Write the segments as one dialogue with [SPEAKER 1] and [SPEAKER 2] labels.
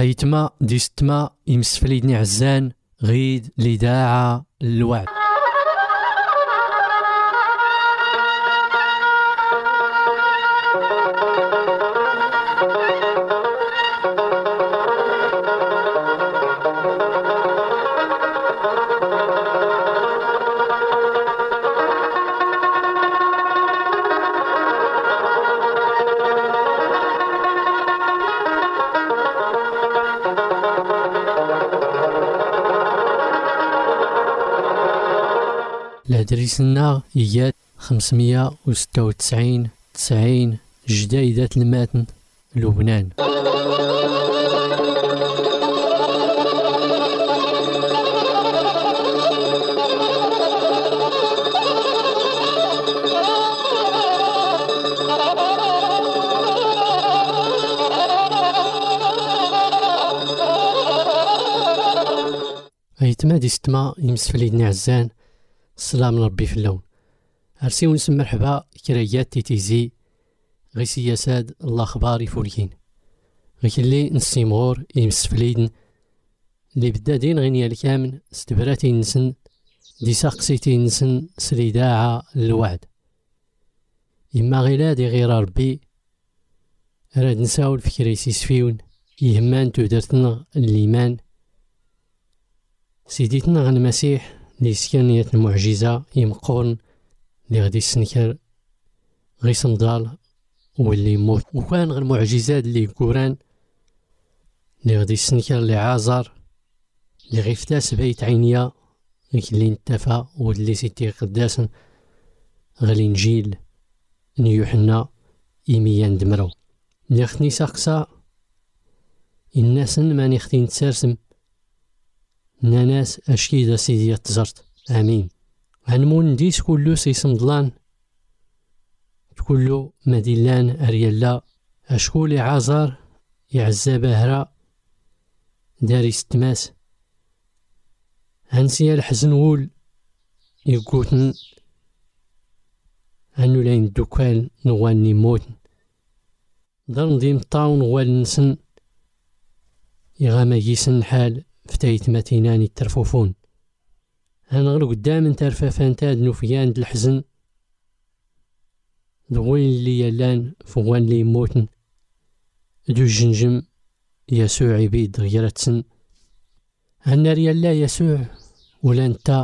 [SPEAKER 1] أيتما ديستما يمسفليدني عزان غيد لداعة الوعد. الهدريسنا إيات 596 جدايدة الماتن لبنان. أيتما ديستما يمسفليدني عزان السلام ربي في اللون. أرسي ونسم مرحبا كرايات تيتيزي غي سياساد الأخبار يفولكين غي كلي نسيمغور يمسفليدن اللي بدادين غينيا الكامن استبراتي نسن دي ساقسيتي نسن سريداعة الوعد. إما غيلادي غير ربي راد نساول فكريسي سفيون يهمان تودرتنا الإيمان سيديتنا غن المسيح لي سكانية المعجزة يمقورن لي غدي السنكر غي صندال واللي يموت وكان غير المعجزات اللي كوران لي غدي السنكر اللي عازر لي غي فتاس بيت عينيا اللي نتفا واللي سيتي قداسن غير الانجيل يوحنا إيميان دمرو لي خني ساقسا الناس ماني ختي نتسرسم ناس أشكيدا سيدي تزرت آمين. هنمون ديس كلو سيسم ضلان كلو مديلان أريالا أشكولي عازار يعزى باهرا داري ستماس هنسيا الحزن وول يقوتن هنو لين الدكال نواني موتن دار نديم طاون غوال نسن يغاما يسن حال فتايت ماتيناني الترفوفون هنغلو قدام ترفافان تاد نوفيان الحزن دوين اللي يلان فوان اللي يموتن دو الجنجم يسوع عبيد غيرتسن هنا ريالا يسوع ولا نتا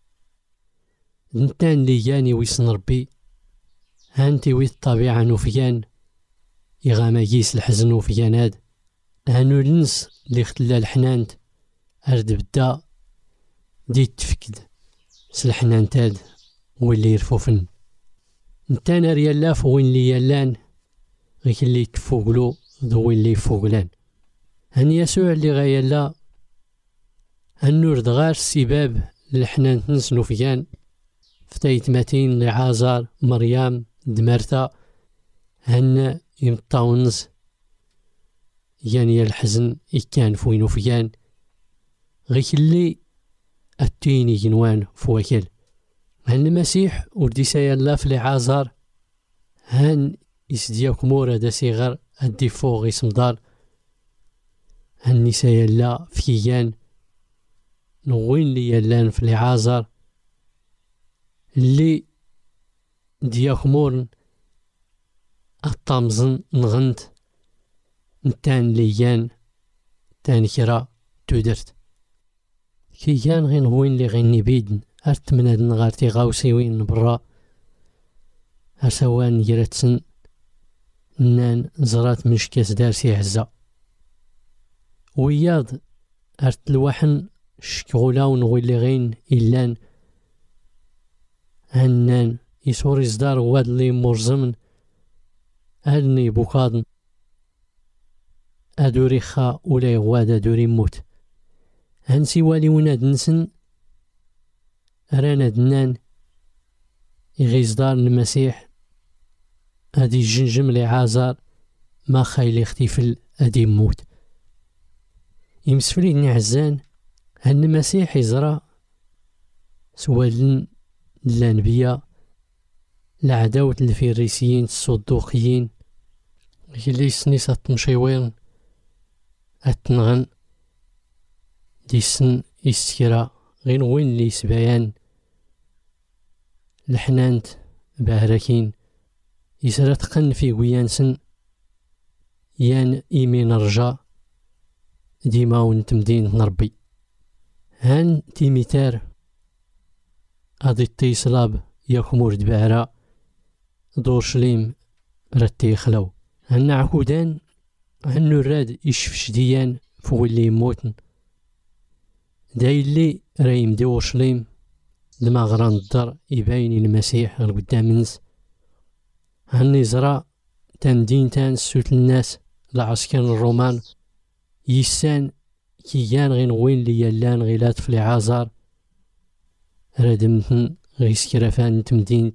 [SPEAKER 1] نتان اللي ياني ويسن ربي هانتي ويت الطبيعة نوفيان يغاما يس الحزن نوفيان هاد هانو النس اللي اختلا الحنانت أرد بدا دي تفكد سلحنان تاد واللي يرفوفن نتانا ريالا فوين اللي يالان غيك اللي تفوقلو ذو اللي يفوقلان هن يسوع اللي غايلا هنور دغار السباب للحنان تنسنو فيان فتايت ماتين لعازار مريم دمرتا هن يمطاونس يعني الحزن إكان فوينو فيان غيك اللي التيني جنوان فواكل هن المسيح وردي سيالا في لعازار هن يسدياك مورا دا صغار أدي فوق اسم دار هن سيالا فيان نوين لي يلان في لعازار اللي دياك مورن الطامزن نغنت نتان ليان تان كرا تودرت كيان غين هوين لي غيني بيدن أرت من هاد نغارتي غاوسي وين برا هسوان يرتسن نان زرات مشكاس دارسي عزا وياض أرت الوحن شكغولا ونغوي لي غين إلان هنان يسوري زدار واد لي مرزمن هادني بوكادن أدوري خا ولا يغواد أدوري موت هنسي والي وناد نسن رانا دنان يغيز دار المسيح هادي الجنجم لي عازار ما خايل يختفل هادي موت يمسفليني عزان هن المسيح يزرع سوالن الأنبياء العداوة الفريسيين الصدوقيين اللي سنيسة تمشيوين أتنغن ديسن يستكرا غين وين لي سبايان الحنانت باهراكين يسرى تقن في ويانسن يان إيمين رجا ديما ونتمدين نربي هان تيميتار غادي تيصلاب ياك مورد بعرا دور شليم رتي خلو هن عكودان هن الراد يشفش ديان فهو اللي يموتن داي اللي رايم دور شليم لما غران الدار يباين المسيح غير قدامنس هن يزرا تندين تان سوت الناس العسكر الرومان يسان كيان غين وين لي يلان غيلات في العازار رادمتن غيسكرافان تمدين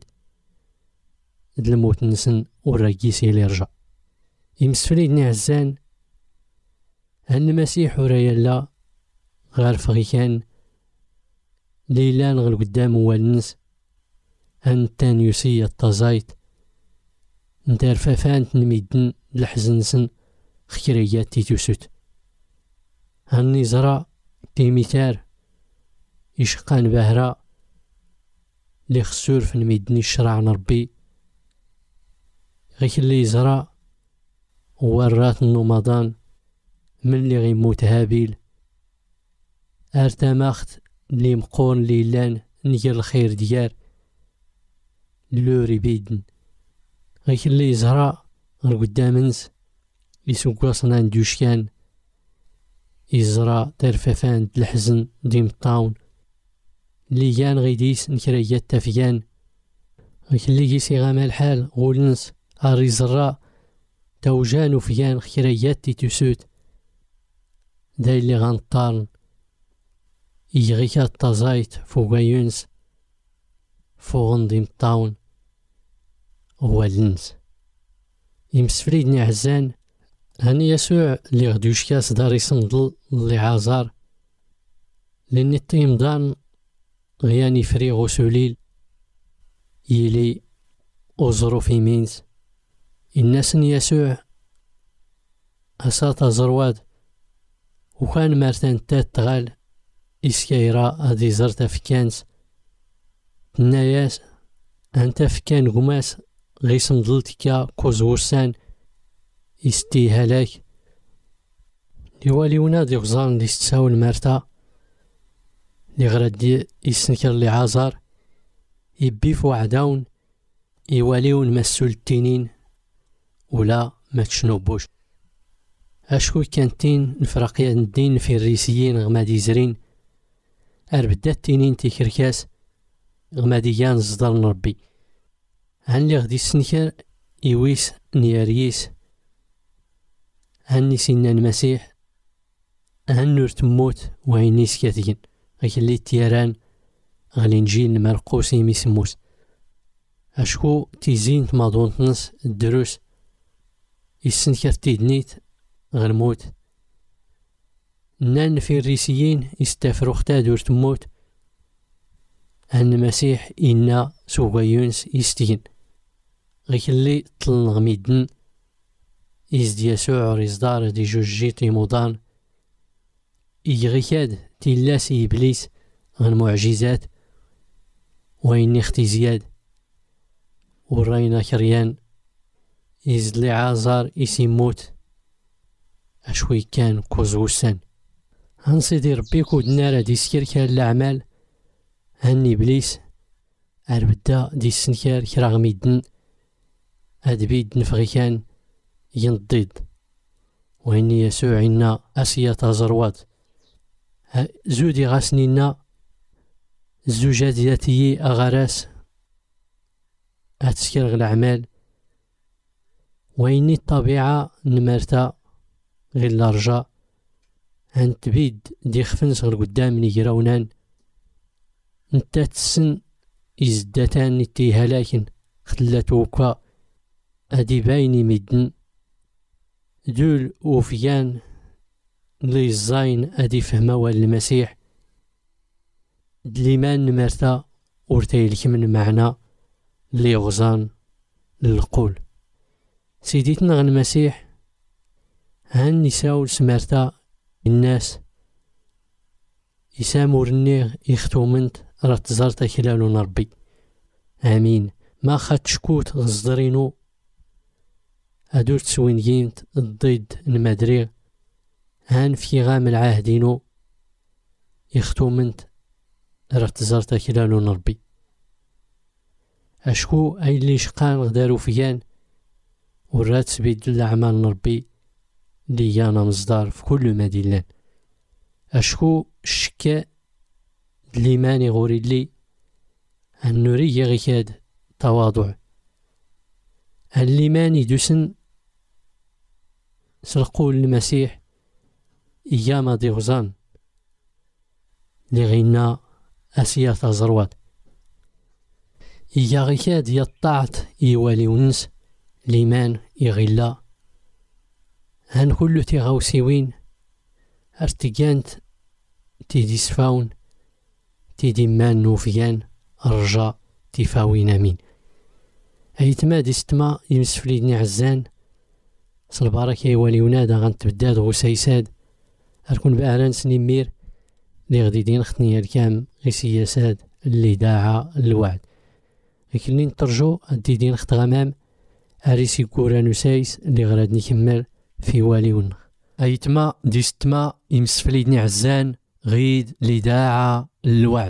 [SPEAKER 1] الموت نسن وراكيسي اللي رجع يمسفليدني عزان هن المسيح ورايا لا غير فغيكان ليلان غير قدام والنس هن تانيوسية التزايت ندار فافان تنميدن لحزنسن خكريات تيتوسوت هني زرا تيميتار يشقان باهرا لي خسور في نميدني الشرع نربي غيك اللي زرا ورات النومضان من اللي غيموت هابيل ارتماخت لي مقون ليلان نير الخير ديار لوري بيدن غيك اللي زرا غير قدامنس يسوق وصنان دوشكان يزرا ترففان الحزن ديم الطاون اللي كان غيديس نكريات تافيان غيك اللي يسي غاما الحال غولنس اري زرا توجان وفيان خيريات تيتوسوت داي اللي غنطارن يغيكا التزايت فوق يونس فوغن ديم الطاون هو اللنس يمسفريدني عزان هاني يسوع اللي غدوش كاس دار يصندل اللي عازار لاني الطيمضان غياني فريغ وسوليل يلي وظروف يمينز الناس يسوع أساط زرواد وكان مارتان تات تغال إسكايرا أدي زرتا فكانس الناياس أنت فكان قماس غيسم ضلتكا كوز ورسان استيهالاك لوالي ونادي غزان لي ستساول مارتا لي غراد يسنكر لي عازار يبيف وعداون يواليون مسول التنين ولا ما تشنوبوش اشكو كانتين الفرقية الدين في الريسيين غمادي زرين اربدات تنين تيكركاس غماديان زدر نربي هن لي غدي سنكر يويس نياريس هني سنة المسيح هن نور تموت وعينيس كاثين غيك اللي تيران غالي نجيل مرقوسي ميسموس اشكو تيزين تماضونتنس الدروس يسنكر تيدنيت غير موت نان في الريسيين يستافرو ختا دور تموت هن المسيح إنا سوغا يونس يستين غيك اللي طلن غميدن يزد يسوع ريزدار دي جوجي تيمودان يغيكاد تيلاس إبليس غن معجزات وين اختي زياد وراينا كريان يزد لي عازار يسيموت أشوي كان كوزوسان هنصيدي ربي كودنا راه دي سكركار الأعمال هن إبليس أربدا دي سنكار كرا غميدن هاد بيد نفغي كان ينضيد وإني يسوع إنا أسيا تزروات زودي غاسنينا الزوجات ذاتي أغراس أتسكر الأعمال وإني الطبيعة نمرتا غير الرجاء هانت بيد دي خفنس غير قدامني جراونان نتا تسن إزدتان نتيها لكن خلاتوكا أدي بايني مدن دول وفيان لي الزاين أدي فهموا المسيح دليمان نمرتا ورتيلك من معنى لي غزان للقول سيديتنا غن المسيح هان نساول سمرتا الناس يسامو رنيغ يختومنت راه تزارتا كلالو ربي. امين. ما خات شكوت غزدرينو هادو تسوين جيمت الضيد المدريغ هان في غام العاهدينو يختومنت راه تزارتا كلالو ربي. اشكو اي اللي شقان غدارو فيان ورات سبيد الأعمال ربي اللي يانا مصدر في كل مدينة. أشكو الشكاء اللي ماني غوري اللي أن نوري غيكاد تواضع اللي ماني دوسن سرقو المسيح إياما دي غزان لغينا أسيا تزروات إيا غيكاد يطاعت إيوالي ونس ليمان يغلا هان كله تيغاوسيوين ارتقانت تيدي سفاون تيدي مان نوفيان الرجاء تيفاوين امين. ايتما دي ستما يمسفليدني عزان صلبارك يوالي ونادا غنتبداد غسيساد اركون بأعلان سنيمير لي غديدين ختني الكام غي سياساد اللي داعا الوعد لكن نترجو الديدين خت غمام أريسي كورانو سايس اللي غراد نكمل في والي ونخ. أيتما دي ستما يمسفليدني عزان غيد اللي داعا الوعد.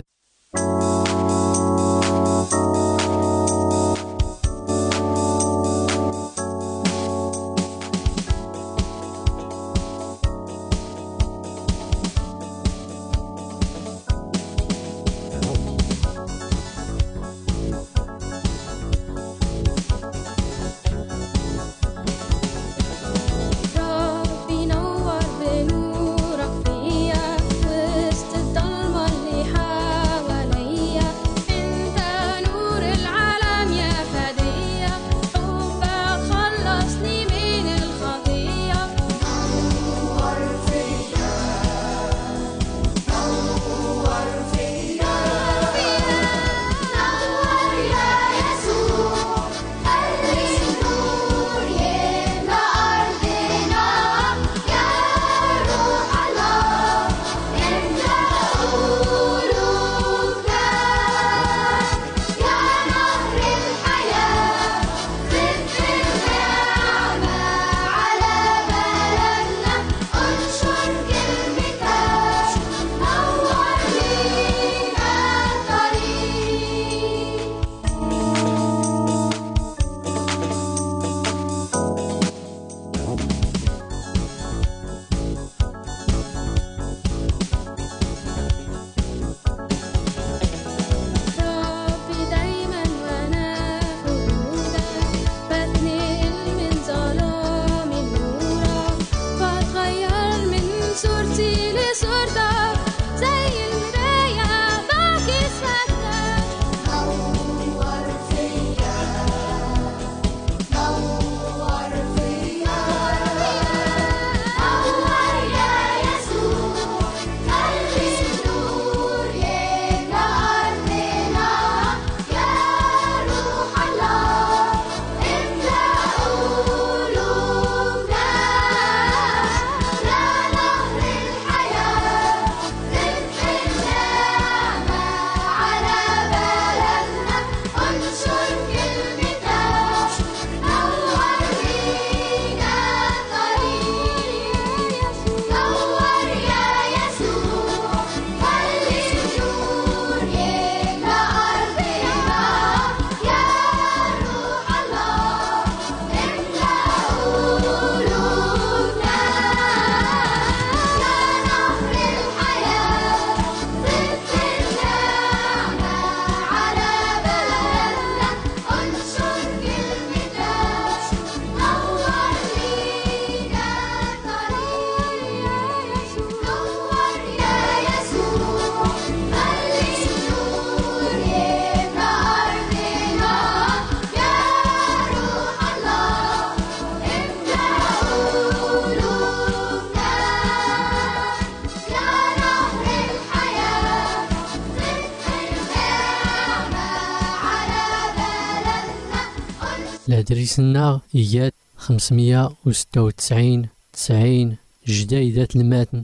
[SPEAKER 1] الأدريس الناغ إياد 596 90 جدايدات الماتن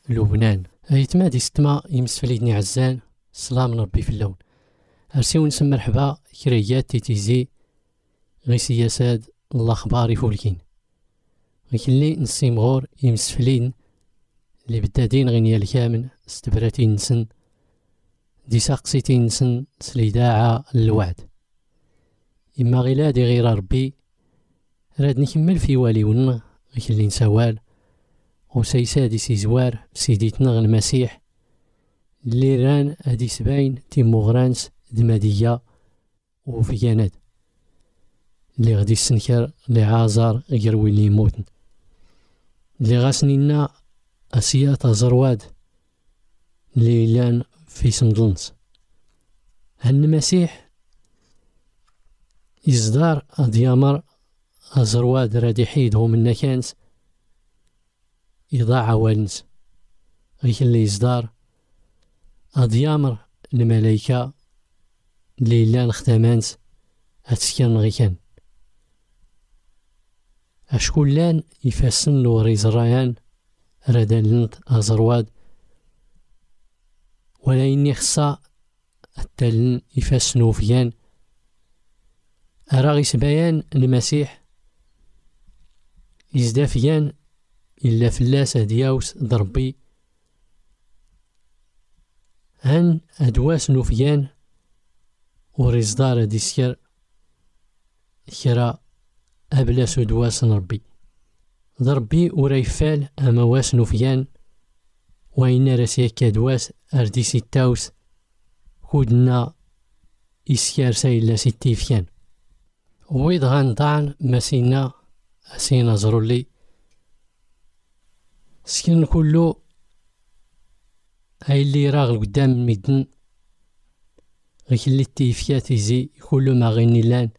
[SPEAKER 1] لبنان. ايتما دي ستما يمسفليدني عزان سلام من ربي في اللون. ارسيو نسمى مرحبا كريات تيتيزي غي سياساد الاخبار يفولكين غيكلي نسيم غور يمسفلين اللي بدادين غينيا الكامن استبراتين نسن دي ساقسيتين نسن سليداعة الوعد إما غيلادي غير ربي راد نكمل في واليون غيكلي نسوال وسيسادي سيزوار سيديتنا المسيح اللي ران هادي سباين تيموغرانس دمادية وفيانات اللي غادي السنكر اللي عازر غير ويلي يموتن اللي غاسنينا أسيا تزرواد اللي لان في سندلنس. هالمسيح إصدار أديامر أزرواد رادي حيدو من كانس إضاعة والنس غيك اللي إصدار أديامر الملايكة اللي لان ختامانس أتسكن غيكان أشكول لان يفاسن لو ريزرايان رادالنت أزرواد ولا إني خصا التالن يفاسنو فيان أراغي سبايان المسيح يزدا فيان إلا فلاس دياوس ضربي هن أدواس نوفيان وريزدار ديسكر كرا أبلاس دواس نربي ضربي وريفال أما واس نوفيان وإن راسي كادواس أردي ستاوس كودنا إسكار سايلا ستي فيان ويض غانضان مسينا أسينا زرولي سكن كلو هاي اللي راغل قدام الميدن غيك اللي التيفيات يزي كلو ما غيني لان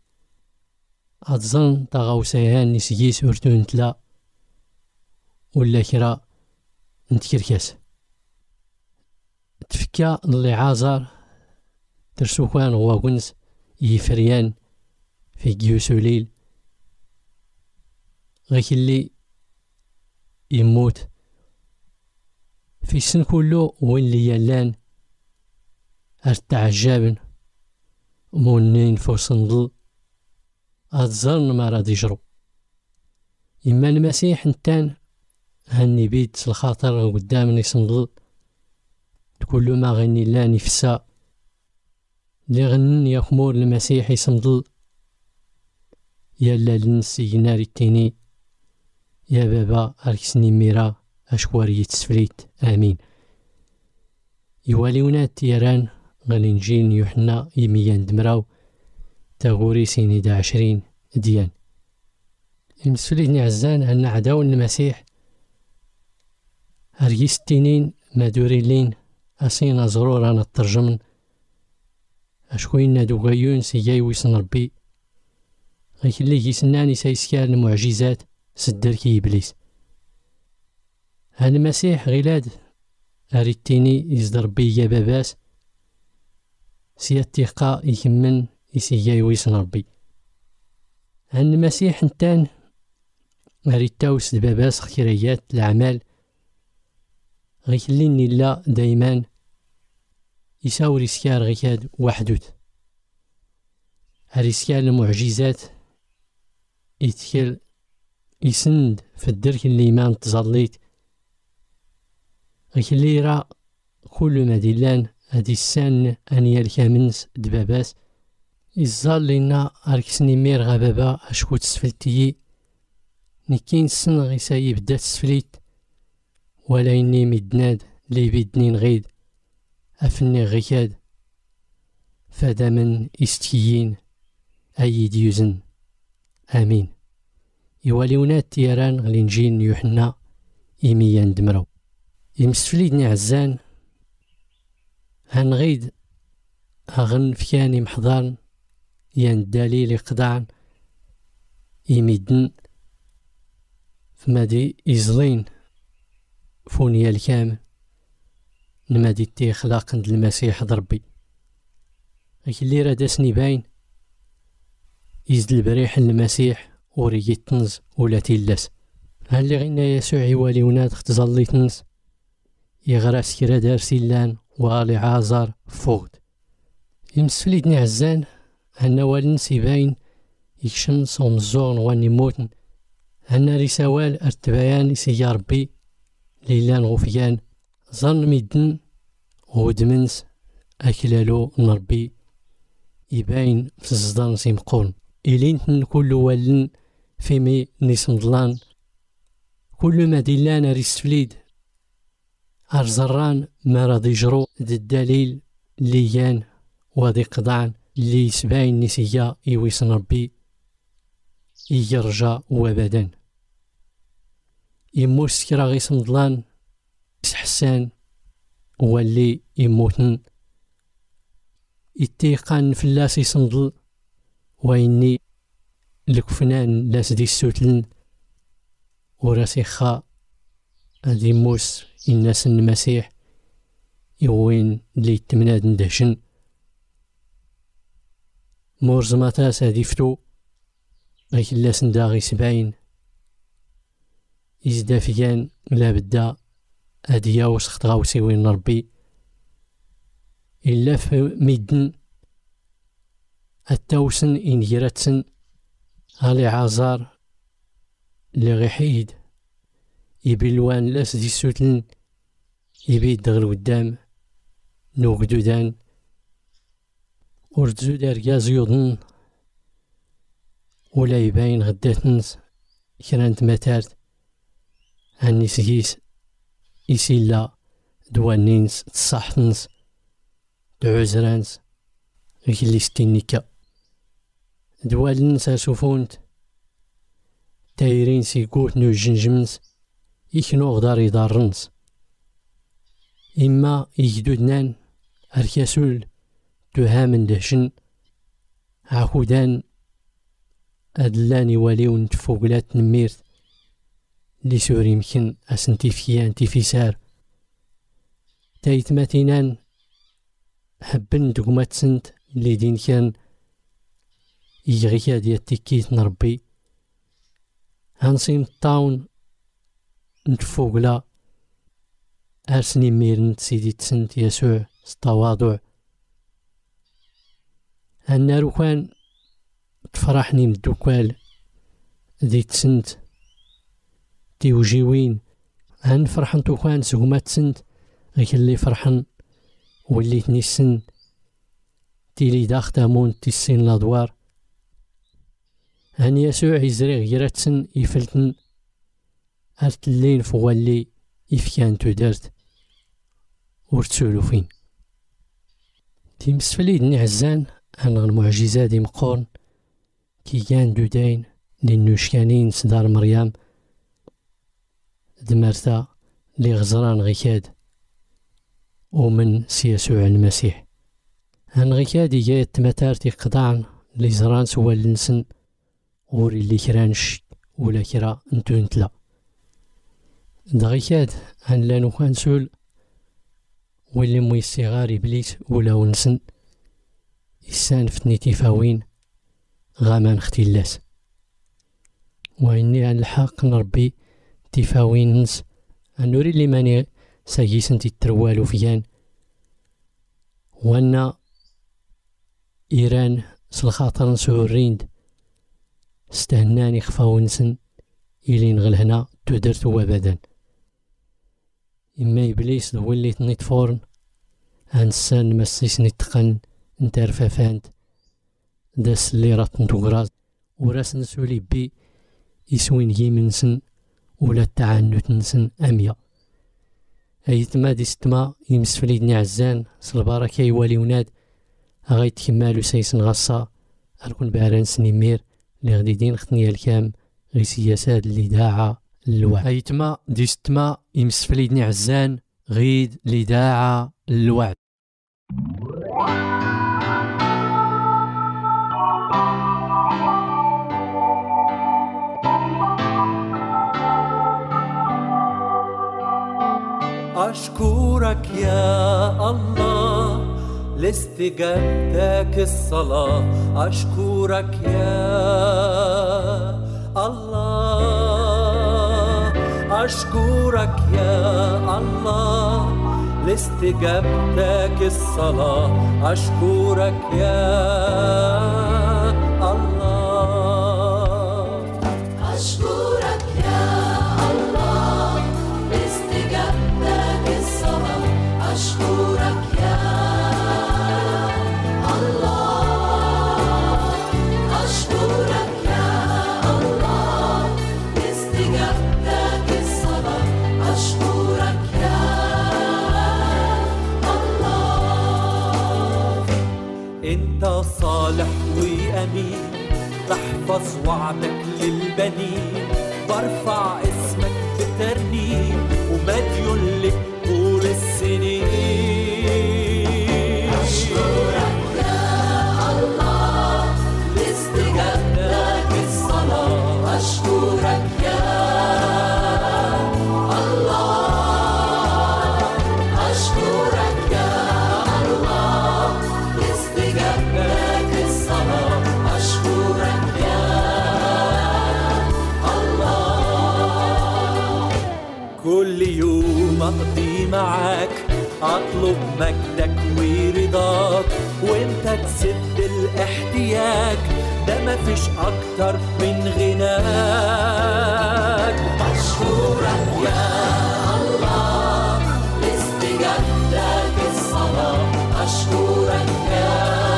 [SPEAKER 1] أتظن تغاوسيهان نسيس أرتون تلا ولا كرا نتكركاس تفكا اللي عازر ترسوكوان غواغنس يفريان في جيوسوليل غيك اللي يموت في السن كله وين اللي يلان ارتعجابن مونين فوسنضل أتظن ما راد يجرو إما المسيح نتان هاني بيت الخاطر قدامني صندل كل ما غني لاني فسا اللي غنن يا خمور المسيح يصندل يلا لنس يناري التيني يا بابا أركسني ميرا أشكواري تسفليت آمين. يواليونات تيران غالينجيل يوحنا يميان دمراو تاغوري سيني 20 ديان. المسفليتني عزان أن عداو المسيح هرقيس التنين مادوري لين أسينا زرور أنا الترجمن أشكوين دوغيون سيجاي ويسن ربي غيك اللي يسناني سيسكار المعجزات سدركي إبليس. هان المسيح غيلاد أريتيني يزدر بي يا باباس سياتيقا يكمن يسيجاي ويسن ربي. هان المسيح نتان أريتاوس دباباس خيريات الأعمال غيك اللي نيلا دايما يساوري سكار غيكاد وحدوت هريسكار المعجزات يتكل يسند في الدرك اللي ما تزليت غيك اللي يرى كل ما ديلان هادي السان أنيا الكامنس دباباس يزال لينا أركسني مير غبابا أشكو تسفلتي نكين السن غيسايب دا تسفليت ولا إني مدناد لي بيدني نغيد أفني غيكاد فدا من استيين أي ديوزن آمين. يواليونات تيران غلينجين يوحنا إيميان دمرو يمسفليدني عزان هنغيد أغن فياني محضان ين الدليل يقضعن يميدن فمادي إزلين فونيا الكامل نمادي تي خلاق عند المسيح ضربي غيك اللي رادسني باين يزد البريح المسيح وريجي تنز ولا تيلاس هاللي غينا يسوع يوالي وناد اختزالي تنز يغرس كرا دار سيلان والي عازر فوغد يمسفليدني عزان هنا والنس يباين يكشم صوم الزور واني موتن هنا رسوال ارتبايان يسيا ربي ليلان غفيان ظن ميدن ودمنس أكلالو نربي يباين في الزدان سيمقون إلين كل والن فيمي نسمضلان كل ما ديلان ريسفليد أرزران ما راضي يجرو ذي الدليل ليان وذي قضعان اللي يسباين نسيا يويسن ربي يرجع وابدا يموس كرا غيس مضلان حسان هو اللي يموتن يتيقان فلاس يسمضل ويني الكفنان لاس دي السوتلن وراسي خا هادي موس الناس المسيح يوين اللي يتمناد ندهشن مورزماتاس هادي فتو غيك اللاس نداغي سبعين يزدافيان لا بدا هادي وسخت غاوسي وين ربي إلا في ميدن التوسن إن جراتسن هالي عازار اللي غيحيد يبي الوان لاس دي السوتلن يبي يدغل قدام نوقدودان ورتزو داركاز يوضن ولا يباين غداتنس كرانت ماتارت هاني سيس يسيلا دوانينس تصاحتنس دعوزرانس غيك اللي ستينيكا دوالنس اسوفونت تايرين سيكوت نو جنجمنس يكنو غدار يدارنس إما يجدودنان أركاسول تهامن دهشن عاكودان أدلاني واليون تفوقلات نميرت لي سوري يمكن أسنتيفيان تيفيسار تايتماتينان حبن دقمات سنت اللي دين كان يغيكا ديال تيكيت نربي هانسيم الطاون نتفوقلا أرسني ميرن سيدي تسنت يسوع التواضع هنا روكان تفرحني من الدوكال ذي تسنت تيوجيوين هن فرحن توكان سهمات سنت غيك اللي فرحن واللي تنسن تيلي داختامون تيسين لادوار هن يسوع يزري غيراتسن يفلتن هرتلين فوالي يفكان تودرت ورتسولو فين تيمسفليدني عزان هن المعجزات دي مقورن كي كان دودين لنوشكانين صدار مريم دمرتا لي غزران غيكاد ومن سيسوع المسيح هن غيكاد جاية تمتارتي قطعن لي زران سوا لنسن غوري اللي كرانش ولا كرا انتو انتلا دغيكاد هن لانو كان سول واللي مو يسيغار إبليس ولا ونسن إسان فتني تيفاوين غامان اختلاس وإني على الحق نربي تيفاوين نس أنوري اللي ماني سايسن تتروالو فيان وانا إيران سلخاطر نسعو الريند استهناني خفاونسن إلي نغل هنا تودرتو أبدا إما إبليس هو اللي تنيت فورن هانسان مسيسني تقن نتار فافانت داس اللي رات نتوغراز وراس نسولي بي يسوين يمنسن ولا التعنت نسن أميا أيتما دي ستما يمسفليدني عزان سالبركة يوالي وناد غايت كمالو سيسن غصا أركون باران سنيمير اللي غدي دين ختني الكام غي سياسات اللي داعا اللوعد أيتما دي ستما يمسفليدني عزان غيد اللي داعا اللوعد
[SPEAKER 2] أشكرك يا الله لاستجابتك الصلاة أشكرك يا الله أشكرك يا الله لاستجابتك الصلاة. أشكرك يا الله،
[SPEAKER 3] أشكرك يا الله لاستجابتك الصلاة. أشكرك يا الله، أشكرك يا الله لاستجابتك الصلاة. أشكرك يا الله.
[SPEAKER 2] انت صالح وامين، تحفظ وعدك للبنين. برفع اسمك بترنيم ومديون لك طول السنين.
[SPEAKER 3] أشكرك يا الله لاستجابتك الصلاة. أشكرك يا الله، أشكرك يا الله لاستجابتك الصلاة. أشكرك يا الله.
[SPEAKER 2] كل يوم أقضي معاك، أطلب مجدك ورضاك، وانت تسد الاحتياج، ده مفيش أكتر من غناك.
[SPEAKER 3] أشكرك يا الله لاستجابتك الصلاة. أشكرك يا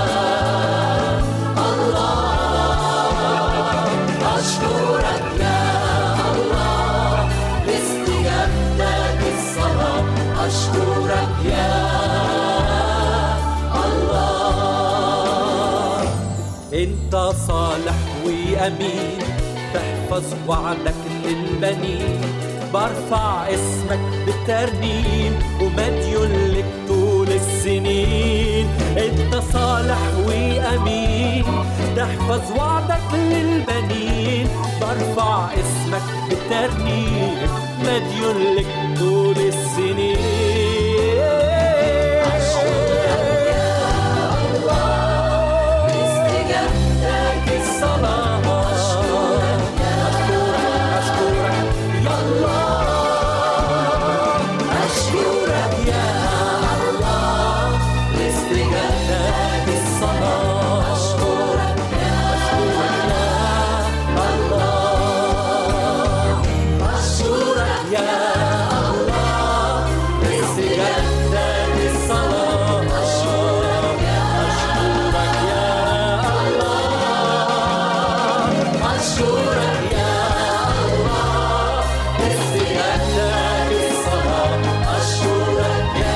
[SPEAKER 3] الله، أشكرك يا الله لاستجابتك الصلاة. أشكرك يا الله.
[SPEAKER 2] انت صالح وامين، تحفظ وعدك للبنين. برفع اسمك بترنيم ومديون لك طول السنين. انت صالح وامين، تحفظ وعدك للبنين. برفع اسمك بترنيم مديون لك طول السنين.
[SPEAKER 3] أشكرك يا الله لاستجابتك الصلاة. أشكرك يا
[SPEAKER 2] أشكرك يا الله،
[SPEAKER 3] أشكرك يا الله لاستجابتك الصلاة. أشكرك يا الله، أشكرك يا الله لاستجابتك الصلاة. أشكرك يا الله، أشكرك يا الله لاستجابتك الصلاة. أشكرك يا